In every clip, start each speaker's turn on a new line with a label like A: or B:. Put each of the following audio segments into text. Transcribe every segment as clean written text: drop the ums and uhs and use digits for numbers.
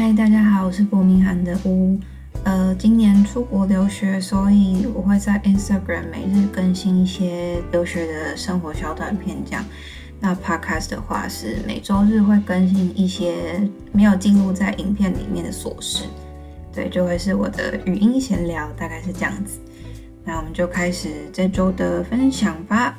A: 嗨，大家好，我是伯明翰的乌。今年出国留学，所以我会在 Instagram 每日更新一些留学的生活小短片这样。那 Podcast 的话是每周日会更新一些没有记录在影片里面的琐事，对，就会是我的语音闲聊，大概是这样子。那我们就开始这周的分享吧。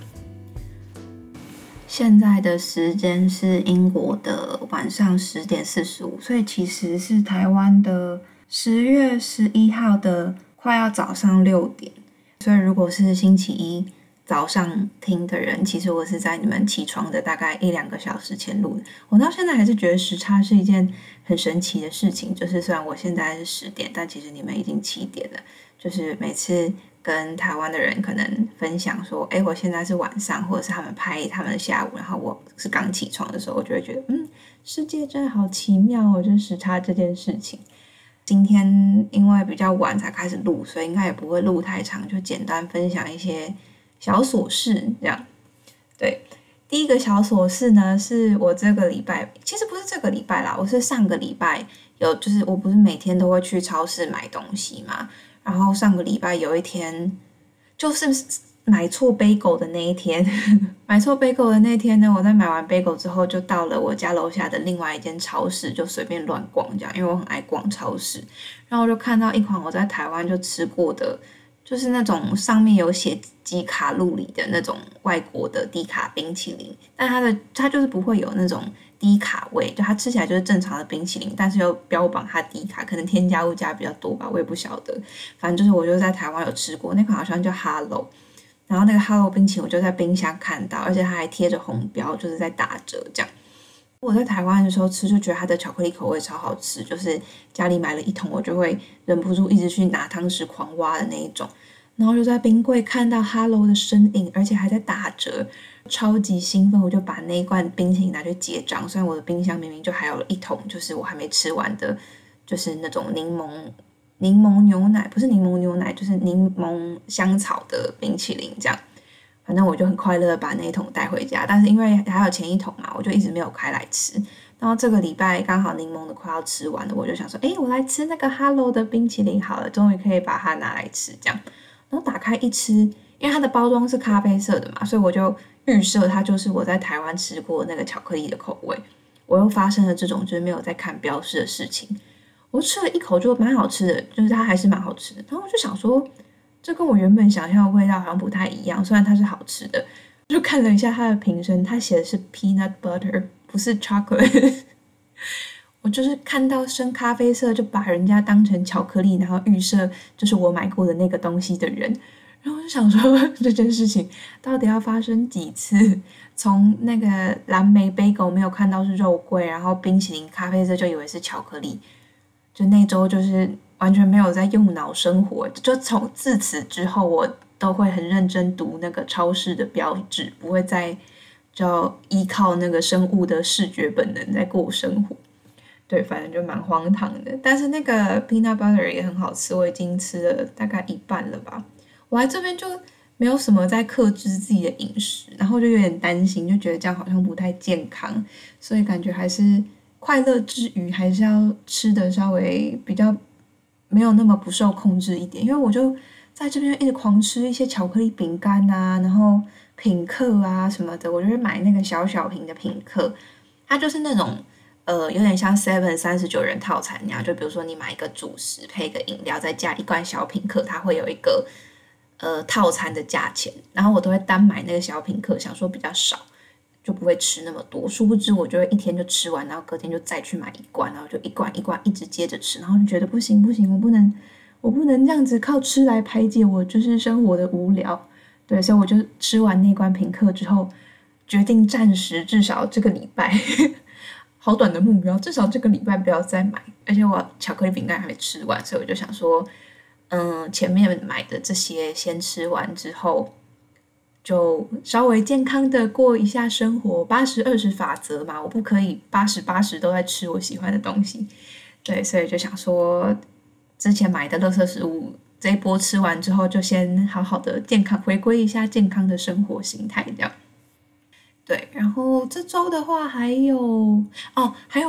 A: 现在的时间是英国的晚上10点45，所以其实是台湾的10月11号的快要早上6点。所以如果是星期一早上听的人，其实我是在你们起床的大概1-2个小时前录的。我到现在还是觉得时差是一件很神奇的事情，就是虽然我现在是10点，但其实你们已经7点了。就是每次跟台湾的人可能分享说，我现在是晚上，或者是他们拍他们的下午，然后我是刚起床的时候，我就会觉得，世界真的好奇妙哦，就是时差这件事情。今天因为比较晚才开始录，所以应该也不会录太长，就简单分享一些小琐事这样。对，第一个小琐事呢，是我这个礼拜，其实不是这个礼拜啦，我是上个礼拜就是我不是每天都会去超市买东西嘛。然后上个礼拜有一天，就是买错bagel的那一天。买错bagel的那天呢，我在买完bagel之后，就到了我家楼下的另外一间超市，就随便乱逛这样，因为我很爱逛超市。然后我就看到一款我在台湾就吃过的，就是那种上面有写几卡路里的那种外国的低卡冰淇淋，但它就是不会有那种低卡味，就它吃起来就是正常的冰淇淋，但是又标榜它低卡，可能添加物加比较多吧，我也不晓得。反正就是我就在台湾有吃过，那款好像叫 Hello， 然后那个 Hello 冰淇淋我就在冰箱看到，而且它还贴着红标，就是在打折这样。我在台湾的时候吃就觉得它的巧克力口味超好吃，就是家里买了1桶，我就会忍不住一直去拿汤匙狂挖的那一种。然后就在冰柜看到 Hello 的身影，而且还在打折，超级兴奋，我就把那一罐冰淇淋拿去结账。虽然我的冰箱明明就还有1桶，就是我还没吃完的，就是那种柠檬牛奶，不是柠檬牛奶，就是柠檬香草的冰淇淋这样。反正我就很快乐的把那一桶带回家，但是因为还有前1桶嘛，我就一直没有开来吃。然后这个礼拜刚好柠檬的快要吃完了，我就想说，我来吃那个 Hello 的冰淇淋好了，终于可以把它拿来吃这样。然后打开一吃，因为它的包装是咖啡色的嘛，所以我就预设它就是我在台湾吃过那个巧克力的口味。我又发生了这种就是没有在看标示的事情。我吃了1口就蛮好吃的，就是它还是蛮好吃的。然后我就想说，这跟我原本想象的味道好像不太一样，虽然它是好吃的。就看了一下它的瓶身，它写的是 peanut butter， 不是 chocolate。我就是看到深咖啡色就把人家当成巧克力，然后预设就是我买过的那个东西的人。然后我就想说，这件事情到底要发生几次？从那个蓝莓bagel没有看到是肉桂，然后冰淇淋咖啡色就以为是巧克力，就那周就是完全没有在用脑生活。就从自此之后，我都会很认真读那个超市的标志，不会再就依靠那个生物的视觉本能在过生活。对，反正就蛮荒唐的。但是那个 peanut butter 也很好吃，我已经吃了大概1半了吧。我来这边就没有什么在克制自己的饮食，然后就有点担心，就觉得这样好像不太健康，所以感觉还是快乐之余还是要吃的稍微比较没有那么不受控制一点。因为我就在这边一直狂吃一些巧克力饼干啊，然后品客啊什么的，我就会买那个小小瓶的品客，它就是那种有点像 Seven 39人套餐那样，就比如说你买一个主食配一个饮料，再加1罐小品客，它会有一个套餐的价钱。然后我都会单买那个小品客，想说比较少，就不会吃那么多。殊不知我就会一天就吃完，然后隔天就再去买1罐，然后就一罐一罐一直接着吃，然后就觉得不行，我不能这样子靠吃来排解我就是生活的无聊。对，所以我就吃完那罐品客之后，决定暂时至少这个礼拜。好短的目标，至少这个礼拜不要再买。而且我巧克力饼干还没吃完，所以我就想说，前面买的这些先吃完之后，就稍微健康的过一下生活。80-20法则嘛，我不可以80-80都在吃我喜欢的东西。对，所以就想说，之前买的垃圾食物这一波吃完之后，就先好好的健康回归一下健康的生活形态这样。对，然后这周的话还有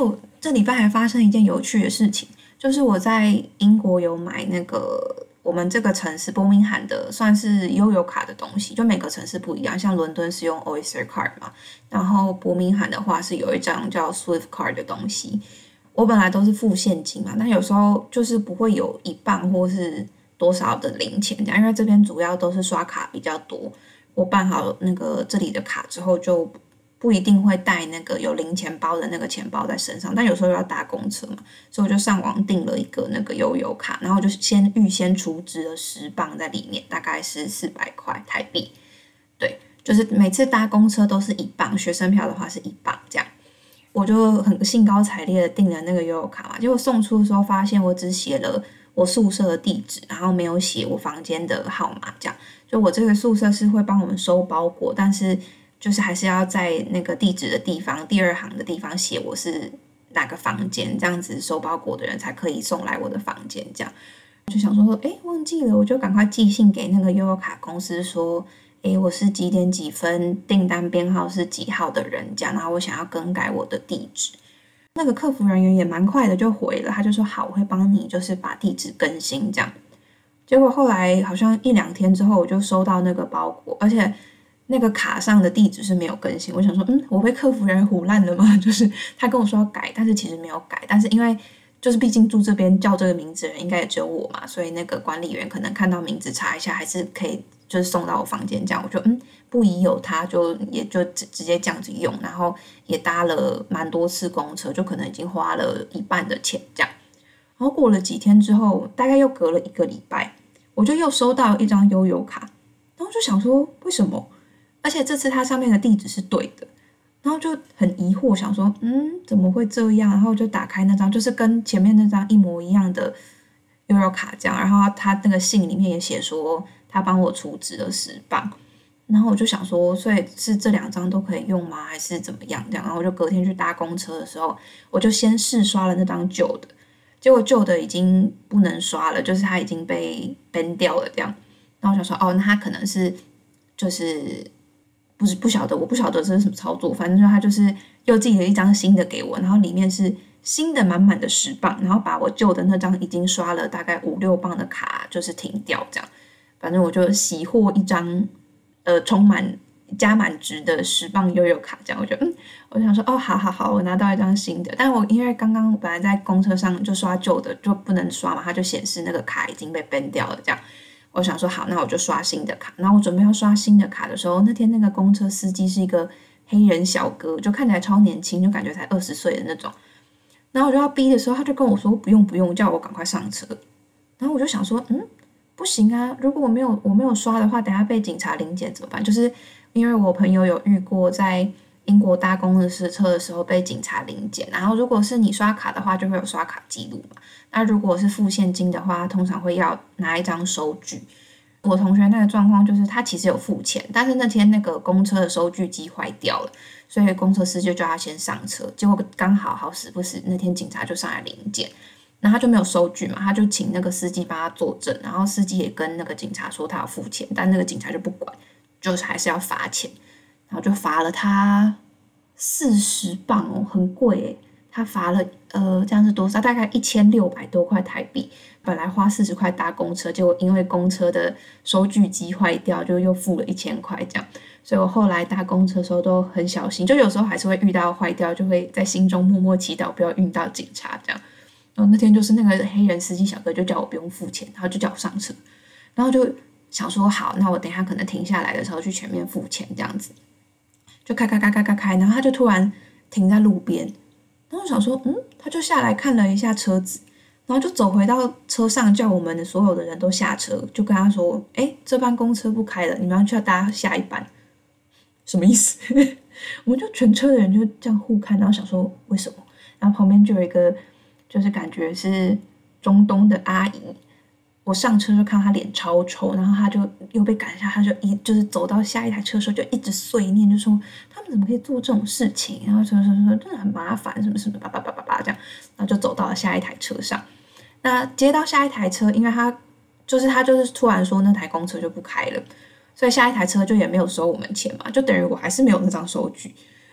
A: 这礼拜还发生一件有趣的事情，就是我在英国有买那个我们这个城市伯明翰的算是悠游卡的东西，就每个城市不一样，像伦敦是用 Oyster Card 嘛，然后伯明翰的话是有一张叫 Swift Card 的东西。我本来都是付现金嘛，但有时候就是不会有1磅或是多少的零钱这样，因为这边主要都是刷卡比较多。我办好那个这里的卡之后，就不一定会带那个有零钱包的那个钱包在身上，但有时候要搭公车嘛，所以我就上网订了一个那个悠游卡，然后就预先储值了10磅在里面，大概是400块台币。对，就是每次搭公车都是1磅，学生票的话是1磅这样。我就很兴高采烈的订了那个悠游卡嘛，结果送出的时候发现我只写了我宿舍的地址，然后没有写我房间的号码，这样。就我这个宿舍是会帮我们收包裹，但是就是还是要在那个地址的地方第2行的地方写我是哪个房间，这样子收包裹的人才可以送来我的房间，这样。就想说忘记了，我就赶快寄信给那个悠游卡公司说我是几点几分，订单编号是几号的人这样，然后我想要更改我的地址。那个客服人员也蛮快的就回了，他就说好，我会帮你就是把地址更新这样。结果后来好像1-2天之后，我就收到那个包裹，而且那个卡上的地址是没有更新。我想说我被客服人员唬烂了吗？就是他跟我说要改，但是其实没有改，但是因为就是毕竟住这边叫这个名字的人应该也只有我嘛，所以那个管理员可能看到名字查一下，还是可以就是送到我房间这样。我就不疑有他，也就直接这样子用，然后也搭了蛮多次公车，就可能已经花了1半的钱这样。然后过了几天之后，大概又隔了1个礼拜，我就又收到一张悠游卡，然后就想说为什么？而且这次它上面的地址是对的，然后就很疑惑，想说怎么会这样？然后就打开那张，就是跟前面那张一模一样的悠游卡这样，然后他那个信里面也写说他帮我储值了10磅，然后我就想说，所以是这2张都可以用吗？还是怎么样这样？然后我就隔天去搭公车的时候，我就先试刷了那张旧的，结果旧的已经不能刷了，就是它已经被 ban 掉了这样。然后我想说，那他可能是就是不晓得，我不晓得这是什么操作，反正他就是又寄了一张新的给我，然后里面是新的满满的10磅，然后把我旧的那张已经刷了大概5-6磅的卡就是停掉这样。反正我就喜获一张充满加满值的10磅悠游卡这样。我就想说好，我拿到一张新的，但我因为刚刚本来在公车上就刷旧的就不能刷嘛，它就显示那个卡已经被 ban 掉了这样。我想说好，那我就刷新的卡。然后我准备要刷新的卡的时候，那天那个公车司机是一个黑人小哥，就看起来超年轻，就感觉才20岁的那种。然后我就要逼的时候，他就跟我说不用，叫我赶快上车。然后我就想说不行啊，如果我没有刷的话，等下被警察临检怎么办？就是因为我朋友有遇过在英国搭公车的时候被警察临检，然后如果是你刷卡的话，就会有刷卡记录嘛。那如果是付现金的话，通常会要拿一张收据。我同学那个状况就是他其实有付钱，但是那天那个公车的收据机坏掉了，所以公车司机就叫他先上车。结果刚好好死不死，那天警察就上来临检，然后他就没有收据嘛，他就请那个司机帮他作证，然后司机也跟那个警察说他要付钱，但那个警察就不管，就是还是要罚钱，然后就罚了他40磅哦，很贵诶。他罚了这样是多少？大概1600多块台币。本来花40块搭公车，结果因为公车的收据机坏掉，就又付了1000块这样。所以我后来搭公车的时候都很小心，就有时候还是会遇到坏掉，就会在心中默默祈祷不要遇到警察这样。然后那天就是那个黑人司机小哥就叫我不用付钱，然后就叫我上车，然后就想说好，那我等一下可能停下来的时候去前面付钱这样子，就开，然后他就突然停在路边，然后我想说他就下来看了一下车子，然后就走回到车上，叫我们的所有的人都下车，就跟他说这班公车不开了，你们要去搭下一班。什么意思？我们就全车的人就这样互看，然后想说为什么，然后旁边就有一个就是感觉是中东的阿姨，我上车就看到她脸超臭，然后她就又被赶下，她就是走到下一台车的时候就一直碎念，就说他们怎么可以做这种事情，然后说真的很麻烦什么什么叭这样，然后就走到了下一台车上。那接到下一台车，因为他就是突然说那台公车就不开了，所以下一台车就也没有收我们钱嘛，就等于我还是没有那张收据。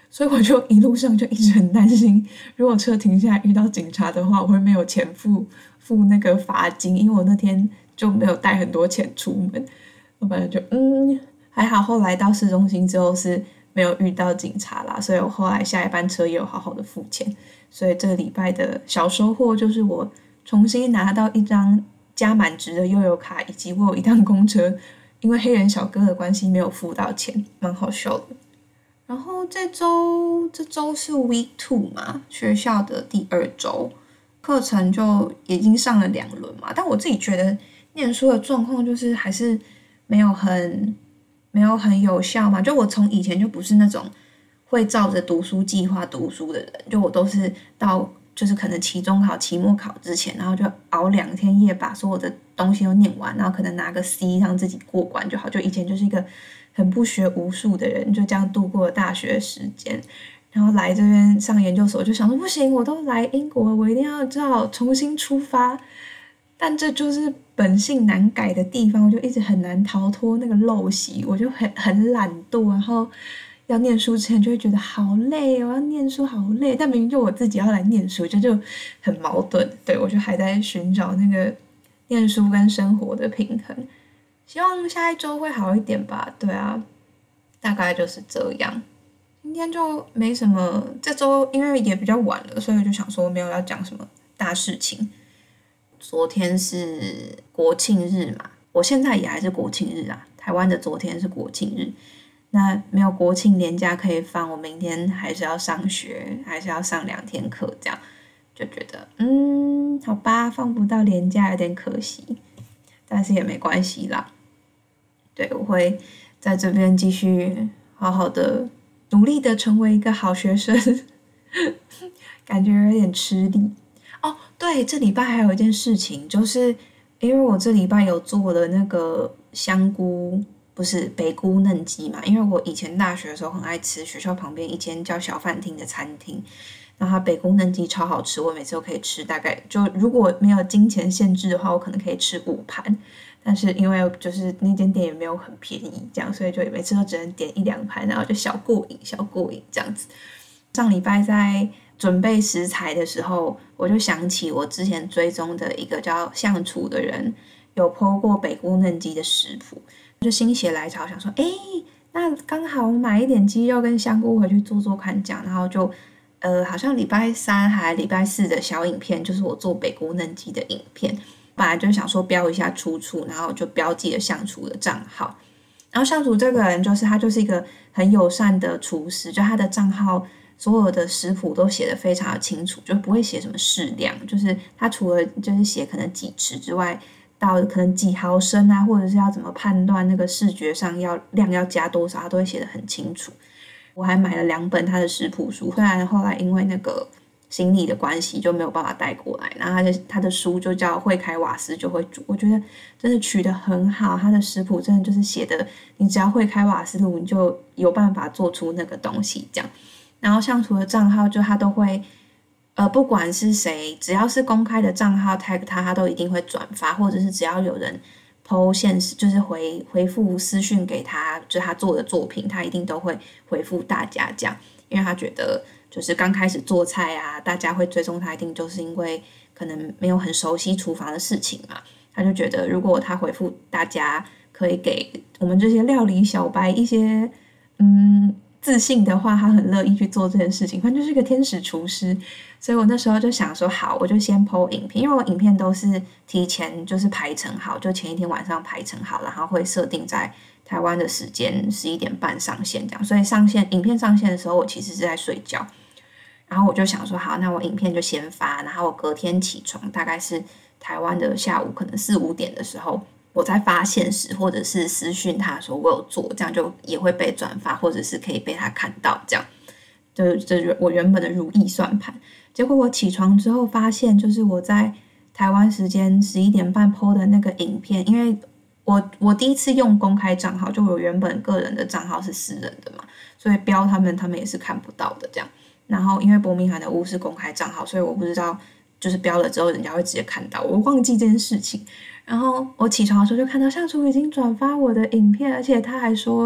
A: 所以我就一路上就一直很担心，如果车停下来遇到警察的话，我会没有钱付那个罚金，因为我那天就没有带很多钱出门。我本来就还好，后来到市中心之后是没有遇到警察啦，所以我后来下一班车也有好好的付钱。所以这个礼拜的小收获就是我重新拿到一张加满值的悠游卡，以及我有一趟公车因为黑人小哥的关系没有付到钱，蛮好笑的。然后这周是 Week 2嘛，学校的第2周，课程就已经上了2轮嘛。但我自己觉得念书的状况就是还是没有很有效嘛。就我从以前就不是那种会照着读书计划读书的人，就我都是到就是可能期中考、期末考之前，然后就熬2天夜把所有的东西都念完，然后可能拿个 C 让自己过关就好。就以前就是一个很不学无术的人，就这样度过了大学时间。然后来这边上研究所，就想说不行，我都来英国了，我一定要重新出发。但这就是本性难改的地方，我就一直很难逃脱那个陋习，我就很懒惰，然后要念书之前就会觉得好累哦，要念书好累，但明明就我自己要来念书，就很矛盾。对，我就还在寻找那个念书跟生活的平衡。希望下一周会好一点吧。对啊，大概就是这样。今天就没什么，这周因为也比较晚了，所以就想说没有要讲什么大事情。昨天是国庆日嘛，我现在也还是国庆日啊，台湾的昨天是国庆日。那没有国庆连假可以放，我明天还是要上学，还是要上2天课，这样就觉得好吧，放不到连假有点可惜，但是也没关系啦。对，我会在这边继续好好的努力的成为一个好学生感觉有点吃力哦。对，这礼拜还有一件事情，就是因为我这礼拜有做了那个香菇，不是北菇嫩鸡嘛，因为我以前大学的时候很爱吃学校旁边一间叫小饭厅的餐厅，然后它北菇嫩鸡超好吃，我每次都可以吃，大概就如果没有金钱限制的话，我可能可以吃5盘。但是因为就是那间店也没有很便宜，这样，所以就每次都只能点1-2盘，然后就小过瘾这样子。上礼拜在准备食材的时候，我就想起我之前追踪的一个叫相厨的人，有 po 过北菇嫩鸡的食谱，就心血来潮想说，那刚好我买一点鸡肉跟香菇回去做做看这样，然后就好像礼拜3还礼拜4的小影片，就是我做北菇嫩鸡的影片。本来就想说标一下出处，然后就标记了相厨的账号。然后相厨这个人他就是一个很友善的厨师，就他的账号所有的食谱都写得非常的清楚，就不会写什么适量，就是他除了就是写可能几匙之外，到可能几毫升啊，或者是要怎么判断那个视觉上量要加多少，他都会写得很清楚。我还买了2本他的食谱书，虽然后来因为那个行李的关系就没有办法带过来，然后他的书就叫会开瓦斯就会煮，我觉得真的取得很好，他的食谱真的就是写的，你只要会开瓦斯炉，你就有办法做出那个东西这样。然后相厨的账号就他都会不管是谁，只要是公开的账号 tag 他都一定会转发，或者是只要有人 po 现实就是回复私讯给他，就是他做的作品，他一定都会回复大家这样，因为他觉得就是刚开始做菜啊，大家会追踪他，一定就是因为可能没有很熟悉厨房的事情嘛。他就觉得如果他回复大家，可以给我们这些料理小白一些自信的话，他很乐意去做这件事情。反正就是个天使厨师，所以我那时候就想说，好，我就先 po 影片，因为我影片都是提前就是排成好，就前一天晚上排成好，然后会设定在台湾的时间11点半上线这样，所以影片上线的时候，我其实是在睡觉。然后我就想说，好，那我影片就先发，然后我隔天起床，大概是台湾的下午可能4-5点的时候，我再发现实或者是私讯他说我有做，这样就也会被转发，或者是可以被他看到，这样这我原本的如意算盘。结果我起床之后发现，就是我在台湾时间11点半 po 的那个影片，因为我第一次用公开账号，就我原本个人的账号是私人的嘛，所以标他们也是看不到的这样。然后因为伯明翰的屋是公开账号，所以我不知道就是标了之后人家会直接看到，我忘记这件事情。然后我起床的时候就看到相厨已经转发我的影片，而且他还说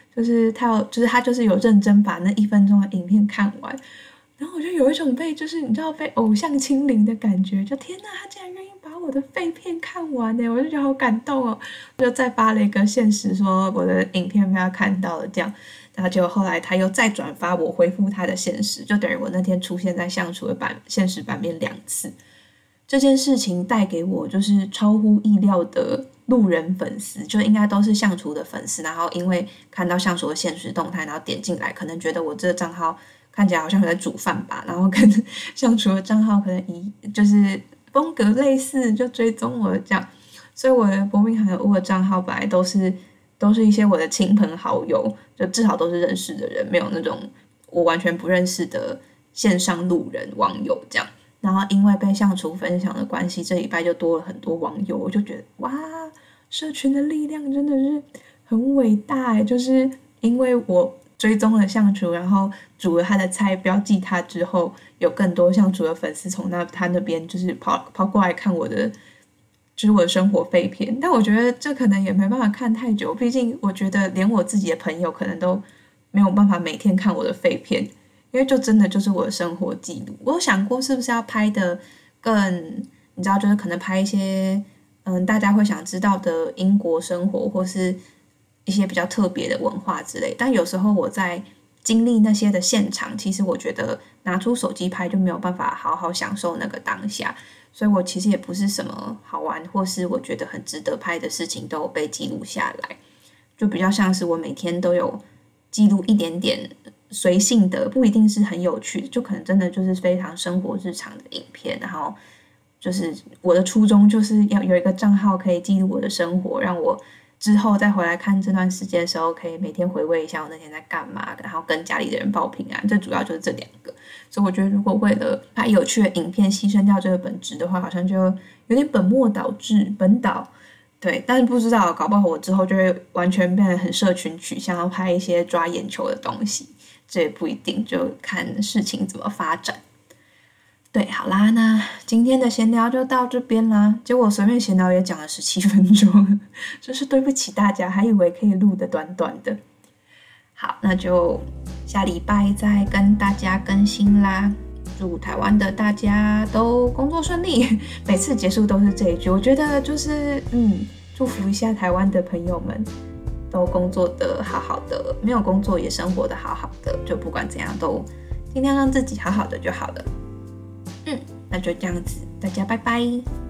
A: 就是他就是有认真把那1分钟的影片看完，然后我就有一种就是你知道被偶像亲临的感觉，就天哪，他竟然愿意把我的废片看完耶，我就觉得好感动哦，就再发了一个限时说我的影片被他看到了这样，然后结果后来他又再转发我回复他的限时，就等于我那天出现在相处的限时版面2次。这件事情带给我就是超乎意料的路人粉丝，就应该都是相处的粉丝，然后因为看到相处的限时动态，然后点进来，可能觉得我这个账号看起来好像在煮饭吧，然后跟相处的账号可能就是风格类似，就追踪我这样。所以我的伯明翰有物的账号本来都是一些我的亲朋好友，就至少都是认识的人，没有那种我完全不认识的线上路人网友这样。然后因为被相处分享的关系，这礼拜就多了很多网友，我就觉得哇，社群的力量真的是很伟大耶，就是因为我追踪了相处，然后煮了他的菜标记他之后，有更多相处的粉丝从他那边就是跑过来看我的就是我的生活废片。但我觉得这可能也没办法看太久，毕竟我觉得连我自己的朋友可能都没有办法每天看我的废片，因为就真的就是我的生活记录。我有想过是不是要拍的更你知道，就是可能拍一些大家会想知道的英国生活，或是一些比较特别的文化之类。但有时候我在经历那些的现场，其实我觉得拿出手机拍就没有办法好好享受那个当下，所以我其实也不是什么好玩或是我觉得很值得拍的事情都有被记录下来，就比较像是我每天都有记录一点点随性的，不一定是很有趣，就可能真的就是非常生活日常的影片。然后就是我的初衷就是要有一个账号可以记录我的生活，让我之后再回来看这段时间的时候，可以每天回味一下我那天在干嘛，然后跟家里的人报平安。最主要就是这2个，所以我觉得如果为了拍有趣的影片牺牲掉这个本质的话，好像就有点本末倒置，本倒。对，但是不知道，搞不好我之后就会完全变得很社群取向，要拍一些抓眼球的东西，这也不一定，就看事情怎么发展。对，好啦，那今天的闲聊就到这边啦。结果我随便闲聊也讲了17分钟，真是对不起大家，还以为可以录得短短的。好，那就下礼拜再跟大家更新啦。祝台湾的大家都工作顺利，每次结束都是这一句，我觉得就是祝福一下台湾的朋友们都工作的好好的，没有工作也生活的好好的，就不管怎样都尽量让自己好好的就好了。那就这样子，大家拜拜。